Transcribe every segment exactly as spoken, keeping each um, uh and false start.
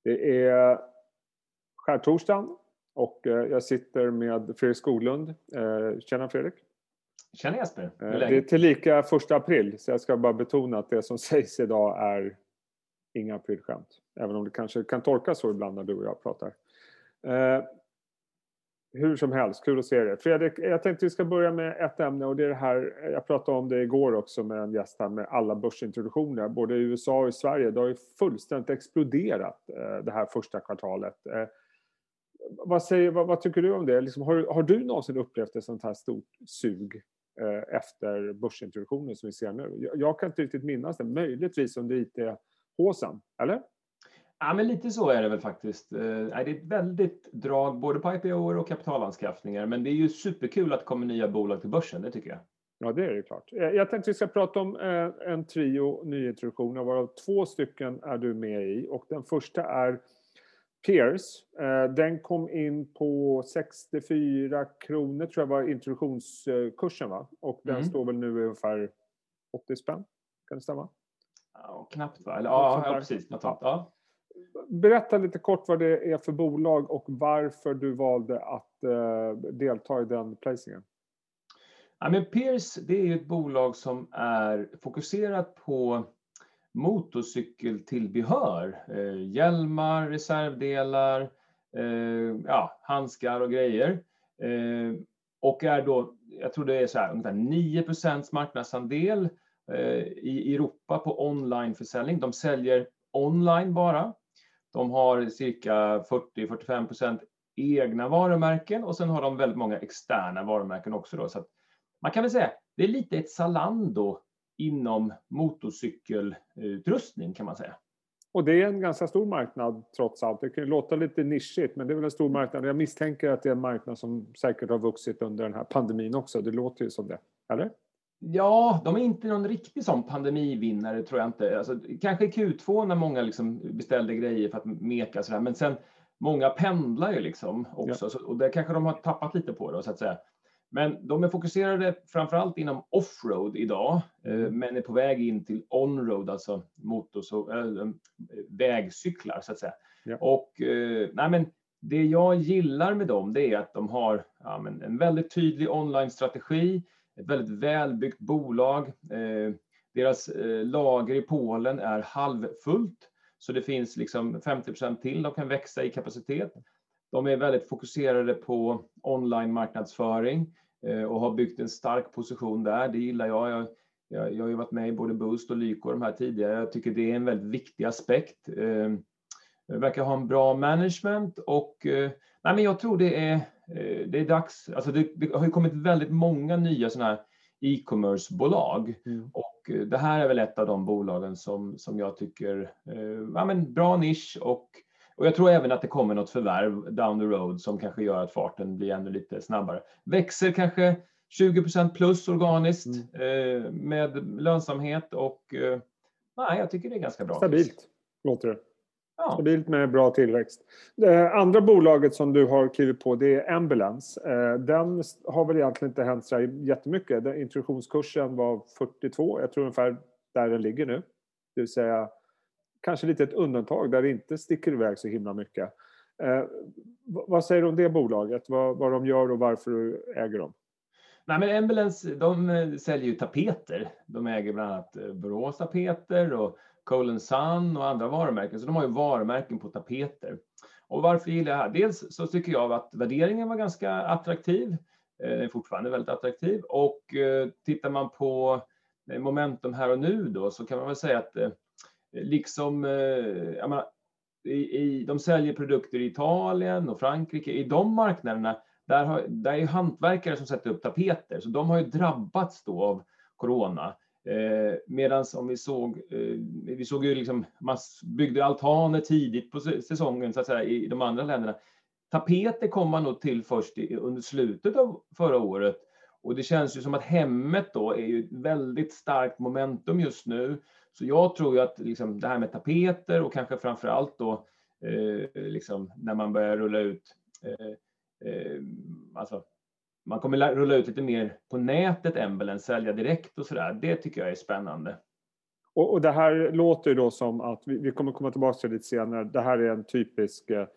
Det är skärtorsdagen och jag sitter med Fredrik Skoglund. Tjena Fredrik. Tjena Jesper. Det är tillika första april, så jag ska bara betona att det som sägs idag är inga aprilskämt. Även om det kanske kan tolkas så ibland när du och jag pratar. Hur som helst, kul att se det. Fredrik, jag tänkte vi ska börja med ett ämne och det är det här, jag pratade om det igår också med en gäst här, med alla börsintroduktioner, både i U S A och i Sverige. Det har ju fullständigt exploderat det här första kvartalet. Vad, säger, vad, vad tycker du om det? Liksom, har, har du någonsin upplevt ett sånt här stort sug efter börsintroduktionen som vi ser nu? Jag, jag kan inte riktigt minnas det, möjligtvis under I T-håsan, eller? Ja, men lite så är det väl faktiskt. Det är ett väldigt drag både på I P O och kapitalanskaffningar. Men det är ju superkul att det kommer nya bolag till börsen, det tycker jag. Ja, det är det klart. Jag tänkte vi ska prata om en trio nyintroduktioner, varav två stycken är du med i. Och den första är Peers. Den kom in på sextiofyra kronor tror jag var introduktionskursen, va? Och den mm. står väl nu ungefär åttio spänn. Kan det stämma? Ja, knappt va? Eller, ja, ja, precis. Något ja. Ja. Berätta lite kort vad det är för bolag och varför du valde att uh, delta i den placingen. Ja, men Peers, det är ett bolag som är fokuserat på motorcykeltillbehör. Eh, hjälmar, reservdelar, eh, ja, handskar och grejer. Eh, och är då, jag tror det är så här, ungefär nio procent marknadsandel eh, i Europa på onlineförsäljning. De säljer online bara. De har cirka fyrtio till fyrtiofem procent egna varumärken och sen har de väldigt många externa varumärken också då. Så att man kan väl säga, det är lite ett Zalando inom motorcykelutrustning kan man säga. Och det är en ganska stor marknad trots allt. Det kan ju låta lite nischigt, men det är väl en stor marknad. Jag misstänker att det är en marknad som säkert har vuxit under den här pandemin också. Det låter ju som det, eller? Ja, de är inte någon riktig sån pandemivinnare tror jag inte. Alltså, kanske i Q två när många liksom beställde grejer för att meka sådär. Men sen, många pendlar ju liksom också. Ja. Så, och det kanske de har tappat lite på det så att säga. Men de är fokuserade framförallt inom offroad idag. Mm. Men är på väg in till onroad, alltså motors och äh, vägcyklar så att säga. Ja. Och äh, nej men det jag gillar med dem det är att de har ja, men en väldigt tydlig online-strategi. Ett väldigt välbyggt bolag. Eh, deras eh, lager i Polen är halvfullt. Så det finns liksom femtio procent till. De kan växa i kapacitet. De är väldigt fokuserade på online-marknadsföring. Eh, och har byggt en stark position där. Det gillar jag. Jag, jag, jag har ju varit med i både Boost och Lyko de här tidigare. Jag tycker det är en väldigt viktig aspekt. Eh, verkar ha en bra management. Och eh, nej, men jag tror det är... Det är dags, alltså det, det har ju kommit väldigt många nya sådana här e-commerce-bolag mm. och det här är väl ett av de bolagen som, som jag tycker eh, ja, men bra nisch och, och jag tror även att det kommer något förvärv down the road som kanske gör att farten blir ännu lite snabbare. Växer kanske tjugo procent plus organiskt mm. eh, med lönsamhet och eh, nej, jag tycker det är ganska bra. Stabilt, låter det. Ja. Stabilt med bra tillväxt. Det andra bolaget som du har klivit på det är Embellence. Den har väl egentligen inte hänt så jättemycket. Den introduktionskursen var fyrtiotvå. Jag tror ungefär där den ligger nu. Det vill säga kanske lite ett undantag där det inte sticker iväg så himla mycket. Eh, vad säger du om det bolaget? Vad, vad de gör och varför du äger dem? Nej, men Embellence, de säljer ju tapeter. De äger bland annat Borås tapeter och Cole and Son och andra varumärken. Så de har ju varumärken på tapeter. Och varför gillar jag det här? Dels så tycker jag att värderingen var ganska attraktiv. Den är fortfarande väldigt attraktiv. Och tittar man på momentum här och nu då så kan man väl säga att liksom, jag menar, i, i, de säljer produkter i Italien och Frankrike. I de marknaderna där, har, där är hantverkare som sätter upp tapeter. Så de har ju drabbats då av corona. Eh, Medan om vi såg, eh, vi såg ju liksom, man byggde altaner tidigt på säsongen så att säga i de andra länderna. Tapeter kom man nog till först i, under slutet av förra året. Och det känns ju som att hemmet då är ju ett väldigt starkt momentum just nu. Så jag tror ju att liksom, det här med tapeter och kanske framförallt då eh, liksom, när man börjar rulla ut eh, eh, alltså man kommer rulla ut lite mer på nätet Embellence, sälja direkt och sådär. Det tycker jag är spännande. Och, och det här låter ju då som att, vi, vi kommer komma tillbaka till det lite senare, det här är en typisk eh,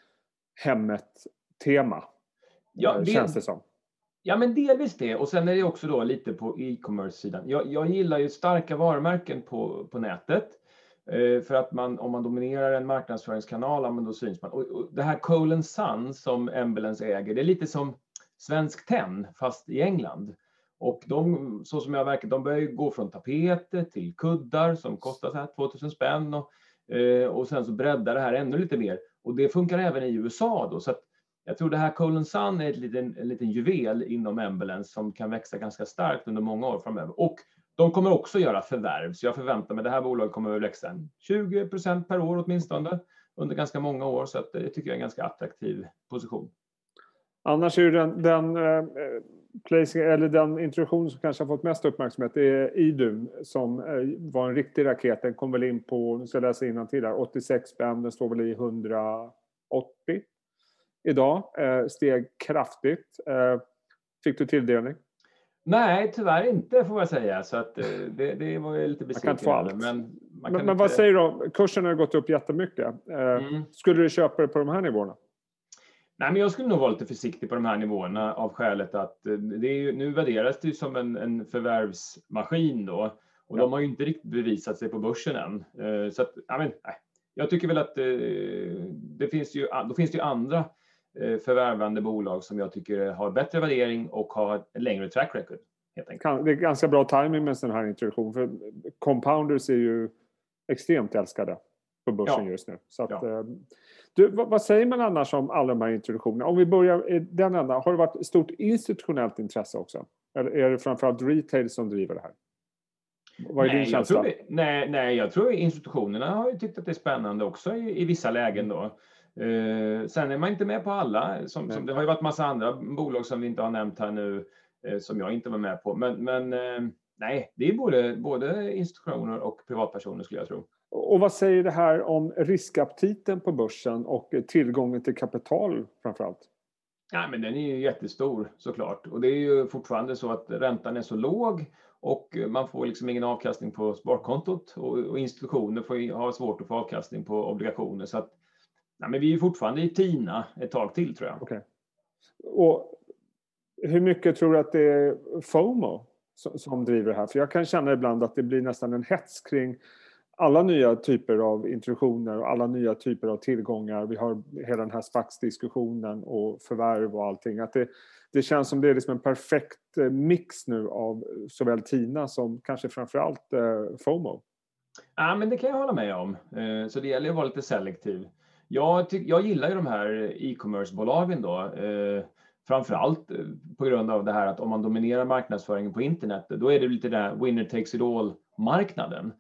hemmet-tema, Ja, eh, det, känns det som. Ja, men delvis det. Och sen är det också då lite på e-commerce-sidan. Jag, jag gillar ju starka varumärken på, på nätet. Eh, för att man, om man dominerar en marknadsföringskanal, ja, men då syns man. Och, och det här Cole and Son som Embellence äger, det är lite som Svensk Tenn fast i England. Och de, så som jag verkar, de börjar ju gå från tapeter till kuddar som kostar så här tvåtusen spänn. Och, eh, och sen så breddar det här ännu lite mer. Och det funkar även i U S A då. Så att jag tror det här Cole and Son är ett liten, en liten juvel inom Embellence som kan växa ganska starkt under många år framöver. Och de kommer också göra förvärv. Så jag förväntar mig att det här bolaget kommer att växa tjugo procent per år åtminstone under ganska många år. Så att det tycker jag är en ganska attraktiv position. Annars är ju den, den, eh, placing, eller den introduktion som kanske har fått mest uppmärksamhet är Idun som eh, var en riktig raket. Den kom väl in på, nu ska jag läsa innantill här, åttiosex spänn, den står väl i hundraåttio idag. Eh, steg kraftigt. Eh, fick du tilldelning? Nej, tyvärr inte får jag säga. Så att, eh, det, det var lite besviken. Man kan inte få allt. Men, man men, kan men inte... vad säger du om, kursen har gått upp jättemycket. Eh, mm. Skulle du köpa det på de här nivåerna? Nej, men jag skulle nog vara lite försiktig på de här nivåerna av skälet att det är ju, nu värderas det ju som en, en förvärvsmaskin då. Och ja. De har ju inte riktigt bevisat sig på börsen än. Så att, ja, men, nej. Jag tycker väl att det finns ju, då finns det ju andra förvärvande bolag som jag tycker har bättre värdering och har en längre track record. Helt enkelt. Det är ganska bra timing med den här introduktionen. För compounders är ju extremt älskade på börsen ja. just nu. Så att, ja. du, vad, vad säger man annars om alla de här introduktionerna? Om vi börjar i den ända, har det varit stort institutionellt intresse också? Eller är det framförallt retail som driver det här? Vad är nej, din känsla? Jag tror, nej, nej, jag tror institutionerna har ju tyckt att det är spännande också i, i vissa lägen då. Eh, sen är man inte med på alla. Som, som, det har ju varit massa andra bolag som vi inte har nämnt här nu eh, som jag inte var med på. Men, men eh, nej, det är både, både institutioner och privatpersoner skulle jag tro. Och vad säger det här om riskaptiten på börsen och tillgången till kapital framförallt? Ja, men den är ju jättestor såklart. Och det är ju fortfarande så att räntan är så låg och man får liksom ingen avkastning på sparkontot. Och, och institutioner får ha svårt att få avkastning på obligationer. Så att, ja, men vi är fortfarande i TINA ett tag till tror jag. Okay. Och hur mycket tror du att det är FOMO som, som driver det här? För jag kan känna ibland att det blir nästan en hets kring alla nya typer av introduktioner och alla nya typer av tillgångar. Vi har hela den här SPAX-diskussionen och förvärv och allting. Att det, det känns som det är liksom en perfekt mix nu av såväl TINA som kanske framförallt eh, FOMO. Ja, men det kan jag hålla med om. Eh, så det gäller att vara lite selektiv. Jag, tyck, jag gillar ju de här e-commerce-bolagen då. Eh, framförallt på grund av det här att om man dominerar marknadsföringen på internet, då är det lite där winner takes it all-marknaden.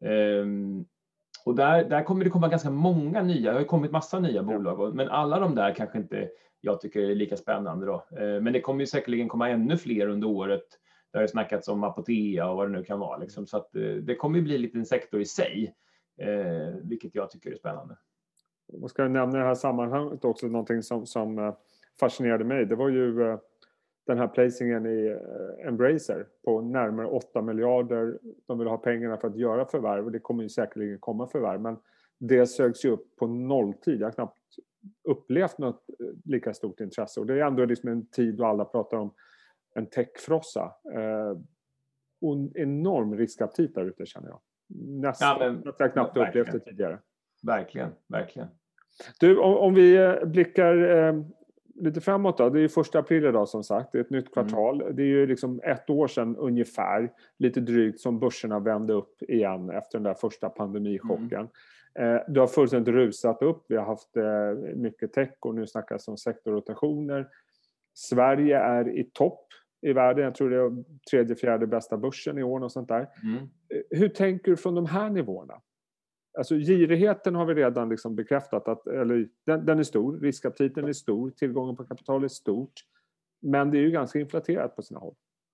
Um, och där, där kommer det komma ganska många nya, det har ju kommit massa nya bolag, men alla de där kanske inte jag tycker är lika spännande då. Uh, men det kommer ju säkerligen komma ännu fler under året. Det har ju snackats om Apotea och vad det nu kan vara liksom. Så att uh, det kommer ju bli lite en sektor i sig, uh, vilket jag tycker är spännande. Jag ska nämna i det här sammanhanget också någonting som, som fascinerade mig. Det var ju uh... den här placingen i Embracer på närmare åtta miljarder. De vill ha pengarna för att göra förvärv och det kommer ju säkerligen komma förvärv. Men det sögs ju upp på nolltid. Jag har knappt upplevt något lika stort intresse. Och det är ändå liksom en tid då alla pratar om en techfrossa. Eh, och en enorm riskaptit där ute känner jag. Nästan ja, men, att jag knappt upplevt det tidigare. Verkligen, verkligen. Du, om, om vi blickar... Eh, lite framåt då, det är ju första april idag som sagt, det är ett nytt kvartal. Mm. Det är ju liksom ett år sedan ungefär, lite drygt som börserna vände upp igen efter den där första pandemichocken. Mm. Eh, det har fullständigt rusat upp, vi har haft eh, mycket tech och nu snackas om sektorrotationer. Sverige är i topp i världen, jag tror det är tredje, fjärde bästa börsen i år och sånt där. Mm. Eh, hur tänker du från de här nivåerna? Alltså girigheten har vi redan liksom bekräftat att eller, den, den är stor, riskaptiten är stor, tillgången på kapital är stort. Men det är ju ganska inflaterat på sina håll.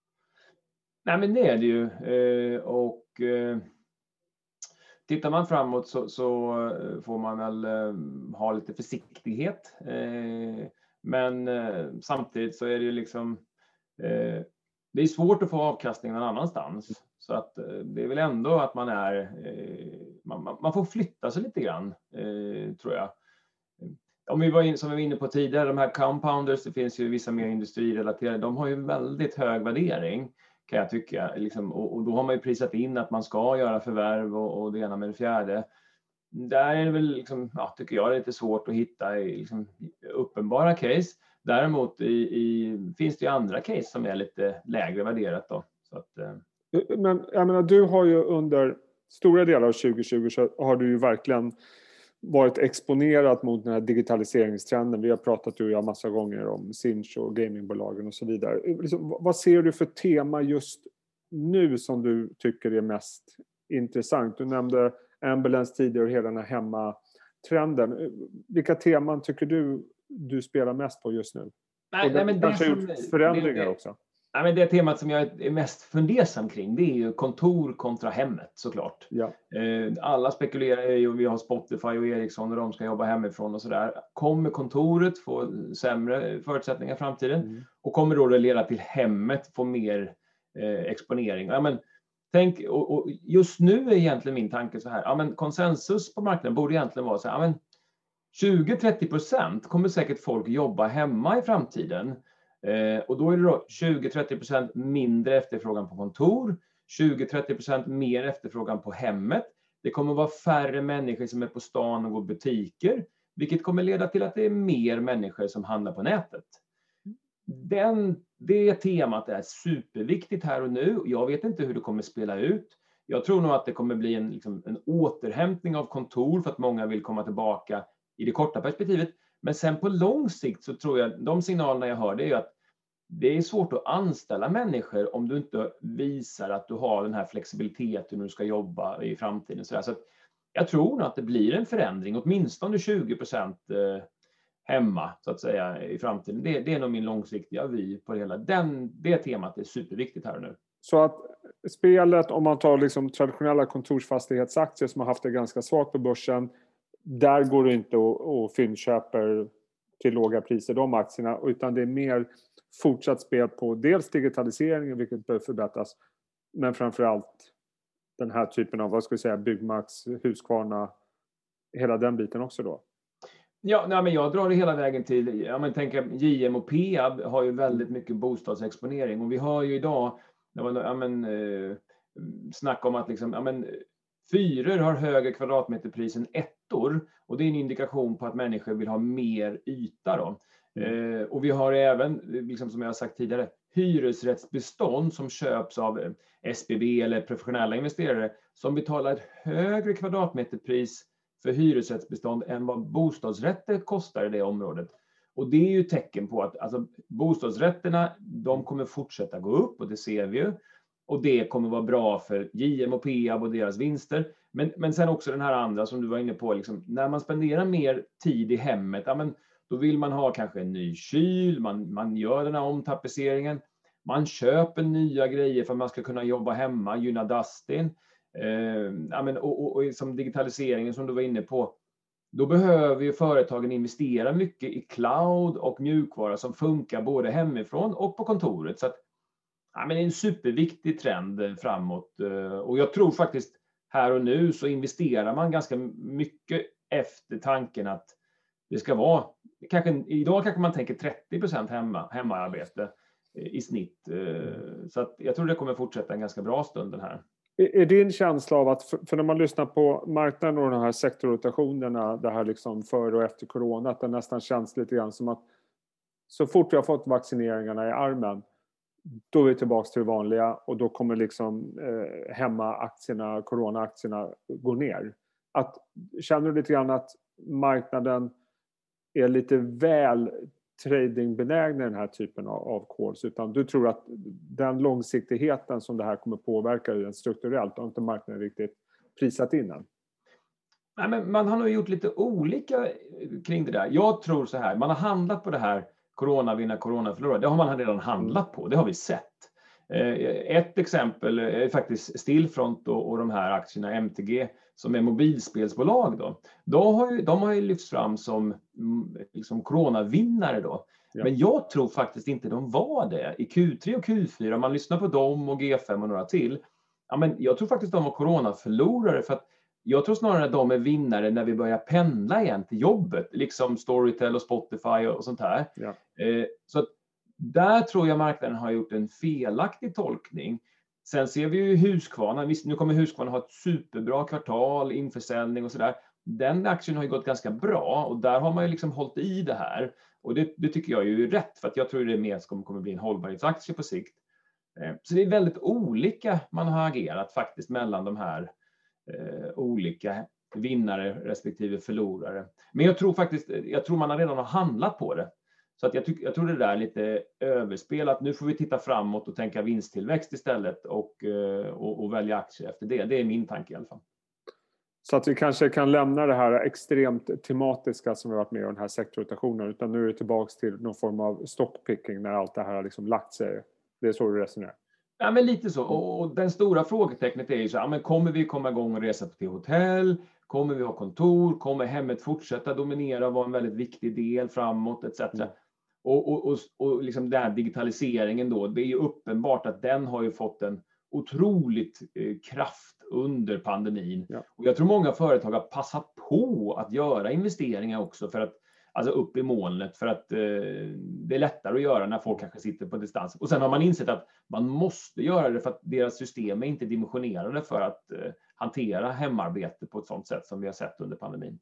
Nej men det är det ju. Eh, och eh, tittar man framåt så, så får man väl eh, ha lite försiktighet. Eh, men eh, samtidigt så är det ju liksom eh, det är svårt att få avkastning någon annanstans. Så att det är väl ändå att man är, man, man får flytta sig lite grann, tror jag. Om vi var in, som vi var inne på tidigare, de här compounders, det finns ju vissa mer industrirelaterade, de har ju väldigt hög värdering, kan jag tycka. Liksom, och, och då har man ju prisat in att man ska göra förvärv och, och det ena med det fjärde. Där är det väl, liksom, ja, tycker jag, det är lite svårt att hitta i, liksom, uppenbara case. Däremot i, i, finns det ju andra case som är lite lägre värderat då. Så att, eh. Men jag menar, du har ju under stora delar av tjugo tjugo så har du ju verkligen varit exponerat mot den här digitaliseringstrenden. Vi har pratat ju massa gånger om Sinch och gamingbolagen och så vidare. Liksom, vad ser du för tema just nu som du tycker är mest intressant? Du nämnde ambulance tidigare och hela den här hemmatrenden. Vilka teman tycker du du spelar mest på just nu? Nej, och det, nej, men kanske det ut förändringar det, det, också. Nej, men det temat som jag är mest fundersam kring, det är ju kontor kontra hemmet, såklart. Ja. Alla spekulerar ju, och vi har Spotify och Ericsson och de ska jobba hemifrån och sådär. Kommer kontoret få sämre förutsättningar i framtiden? Mm. Och kommer då det leda till hemmet få mer eh, exponering? Ja, men, tänk, och, och just nu är egentligen min tanke så här, ja, men konsensus på marknaden borde egentligen vara så här, ja, men tjugo till trettio procent kommer säkert folk jobba hemma i framtiden. Eh, och då är det då tjugo till trettio procent mindre efterfrågan på kontor, tjugo till trettio procent mer efterfrågan på hemmet. Det kommer att vara färre människor som är på stan och går butiker, vilket kommer leda till att det är mer människor som handlar på nätet. Den, det temat är superviktigt här och nu. Jag vet inte hur det kommer spela ut. Jag tror nog att det kommer bli en, liksom, en återhämtning av kontor för att många vill komma tillbaka i det korta perspektivet. Men sen på lång sikt så tror jag, de signalerna jag hör, det är ju att det är svårt att anställa människor om du inte visar att du har den här flexibiliteten när du ska jobba i framtiden. Så, så att jag tror nog att det blir en förändring, åtminstone tjugo procent hemma så att säga i framtiden. Det, det är nog min långsiktiga vy på det hela. Den, det temat är superviktigt här och nu. Så att spelet, om man tar liksom traditionella kontorsfastighetsaktier som har haft det ganska svagt på börsen, där går det inte att fyndköper till låga priser de aktierna, utan det är mer fortsatt spel på dels digitaliseringen, vilket behöver förbättras, men framförallt den här typen av, vad ska vi säga, Byggmax, Husqvarna, hela den biten också då. Ja, nej, men jag drar det hela vägen till, ja, men tänk, J M och Peab har ju väldigt mycket bostadsexponering, och vi har ju idag, ja, men, eh, snack om att liksom, ja, men, fyror har högre kvadratmeterpris än ettor, och det är en indikation på att människor vill ha mer yta då. Mm. Eh, och vi har även, liksom som jag har sagt tidigare, hyresrättsbestånd som köps av S B B eller professionella investerare som betalar ett högre kvadratmeterpris för hyresrättsbestånd än vad bostadsrätter kostar i det området. Och det är ju tecken på att alltså, bostadsrätterna, de kommer fortsätta gå upp, och det ser vi ju. Och det kommer vara bra för J M och Peab och deras vinster. Men, men sen också den här andra som du var inne på, liksom, när man spenderar mer tid i hemmet, ja, men då vill man ha kanske en ny kyl, man, man gör den här omtapetseringen, man köper nya grejer för att man ska kunna jobba hemma, gynna Dustin. Eh, ja, men, och, och, och som digitaliseringen som du var inne på, då behöver ju företagen investera mycket i cloud och mjukvara som funkar både hemifrån och på kontoret. Så att, ja, men det är en superviktig trend framåt, och jag tror faktiskt här och nu så investerar man ganska mycket efter tanken att det ska vara, kanske, idag kanske man tänker trettio procent hemma, hemmaarbete i snitt. Så att jag tror det kommer fortsätta en ganska bra stund den här. Är din känsla av att, för när man lyssnar på marknaden och de här sektorrotationerna, det här liksom före och efter corona, att det nästan känns lite grann som att så fort vi har fått vaccineringarna i armen, då är vi tillbaka till det vanliga, och då kommer liksom eh, hemmaaktierna, coronaaktierna gå ner. Att, känner du lite grann att marknaden är lite väl tradingbenägen i den här typen av, av calls, utan du tror att den långsiktigheten som det här kommer påverka den strukturellt, har inte marknaden riktigt prisat in den? Nej, men man har nog gjort lite olika kring det där. Jag tror så här, man har handlat på det här corona vinna, corona förlora. Det har man redan handlat på, det har vi sett. Ett exempel är faktiskt Stillfront och, och de här aktierna M T G som är mobilspelsbolag då. De har ju, de har ju lyfts fram som liksom coronavinnare då. Ja. Men jag tror faktiskt inte de var det. I Q tre och Q fyra, om man lyssnar på dem och G fem och några till. Ja, men jag tror faktiskt de var coronaförlorare, för att jag tror snarare att de är vinnare när vi börjar pendla igen till jobbet. Liksom Storytel och Spotify och sånt här. Ja. Eh, så att där tror jag marknaden har gjort en felaktig tolkning. Sen ser vi ju Husqvarna. Visst, nu kommer Husqvarna ha ett superbra kvartal, införsäljning och sådär. Den aktien har ju gått ganska bra och där har man ju liksom hållit i det här. Och det, det tycker jag är ju rätt, för att jag tror det är mer som kommer bli en hållbarhetsaktie på sikt. Så det är väldigt olika man har agerat faktiskt mellan de här eh, olika vinnare respektive förlorare. Men jag tror faktiskt, jag tror man redan har handlat på det. Så att jag, tyck, jag tror det där är lite överspelat. Nu får vi titta framåt och tänka vinsttillväxt istället och, och, och välja aktier efter det. Det är min tanke i alla fall. Så att vi kanske kan lämna det här extremt tematiska som vi har varit med i den här sektorrotationen, utan nu är det tillbaka till någon form av stockpicking när allt det här har liksom lagt sig. Det är så du resonerar? Ja, men lite så. Och, och den stora frågetecknet är ju så här, men kommer vi komma igång och resa till hotell? Kommer vi ha kontor? Kommer hemmet fortsätta dominera och vara en väldigt viktig del framåt et cetera? Mm. Och, och, och, och liksom den här digitaliseringen då, det är ju uppenbart att den har ju fått en otroligt eh, kraft under pandemin. Ja. Och jag tror många företag har passat på att göra investeringar också för att, alltså upp i molnet, för att eh, det är lättare att göra när folk kanske sitter på distans. Och sen har man insett att man måste göra det för att deras system är inte dimensionerade för att eh, hantera hemarbete på ett sådant sätt som vi har sett under pandemin.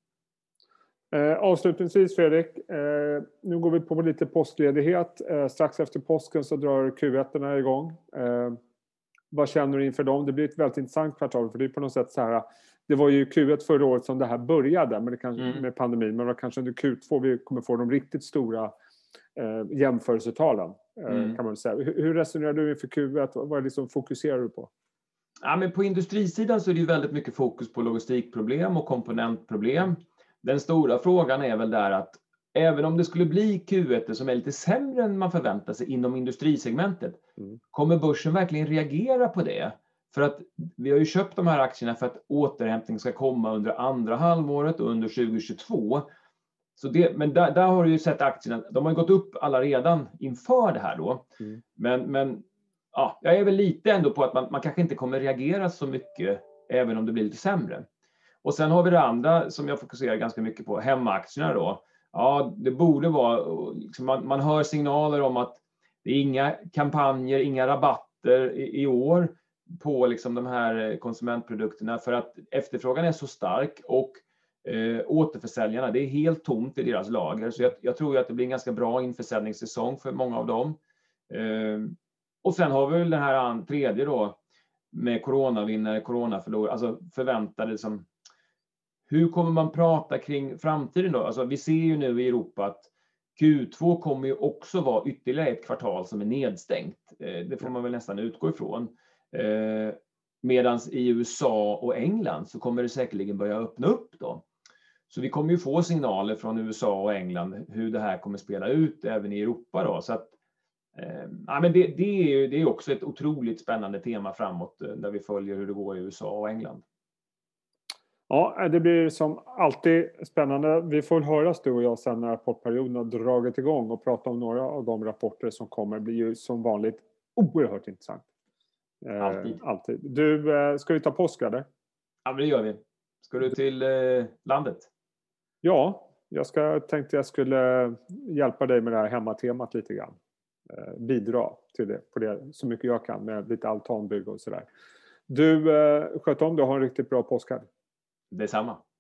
Eh, avslutningsvis Fredrik, eh, nu går vi på lite påskledighet. Eh, strax efter påsken så drar Q ett-erna igång. Eh, vad känner du inför dem? Det blir ett väldigt intressant kvartal, för det är på något sätt så här, det var ju Q ett förra året som det här började med, det kanske, mm. med pandemin, men det var kanske under Q två vi kommer få de riktigt stora eh, jämförelsetalen, eh, mm. kan man säga. Hur, hur resonerar du inför Q ett? Vad liksom fokuserar du på? Ja, men på industrisidan så är det ju väldigt mycket fokus på logistikproblem och komponentproblem. Den stora frågan är väl där att även om det skulle bli Q ett som är lite sämre än man förväntar sig inom industrisegmentet, mm. kommer börsen verkligen reagera på det? För att vi har ju köpt de här aktierna för att återhämtning ska komma under andra halvåret och under tjugohundratjugotvå. Så det, men där, där har du ju sett aktierna, de har ju gått upp alla redan inför det här då. Mm. Men, men ja, jag är väl lite ändå på att man, man kanske inte kommer reagera så mycket även om det blir lite sämre. Och sen har vi det andra som jag fokuserar ganska mycket på, hemmaaktierna då. Ja, det borde vara, liksom man, man hör signaler om att det är inga kampanjer, inga rabatter i, i år på liksom de här konsumentprodukterna, för att efterfrågan är så stark och eh, återförsäljarna, det är helt tomt i deras lager. Så jag, jag tror att det blir en ganska bra införsäljningssäsong för många av dem. Eh, och sen har vi väl den här tredje då med coronavinnare, coronaförlorare, alltså förväntade som. Hur kommer man prata kring framtiden då? Alltså vi ser ju nu i Europa att Q två kommer ju också vara ytterligare ett kvartal som är nedstängt. Det får man väl nästan utgå ifrån. Medan i U S A och England så kommer det säkerligen börja öppna upp då. Så vi kommer ju få signaler från U S A och England hur det här kommer spela ut även i Europa då. Så att, ja, men det, det är ju det är också ett otroligt spännande tema framåt där vi följer hur det går i U S A och England. Ja, det blir som alltid spännande. Vi får höras du och jag sen när rapportperioden har dragit igång och prata om några av de rapporter som kommer. Det blir ju som vanligt oerhört intressant. Alltid. Eh, alltid. Du, eh, ska vi ta påsk eller? Ja, men det gör vi. Ska du till eh, landet? Ja, jag ska, tänkte jag skulle hjälpa dig med det här hemmatemat lite grann. Eh, bidra till det, på det så mycket jag kan med lite altanbygge och sådär. Du, eh, sköt om, du har en riktigt bra påskhelg. Detsamma.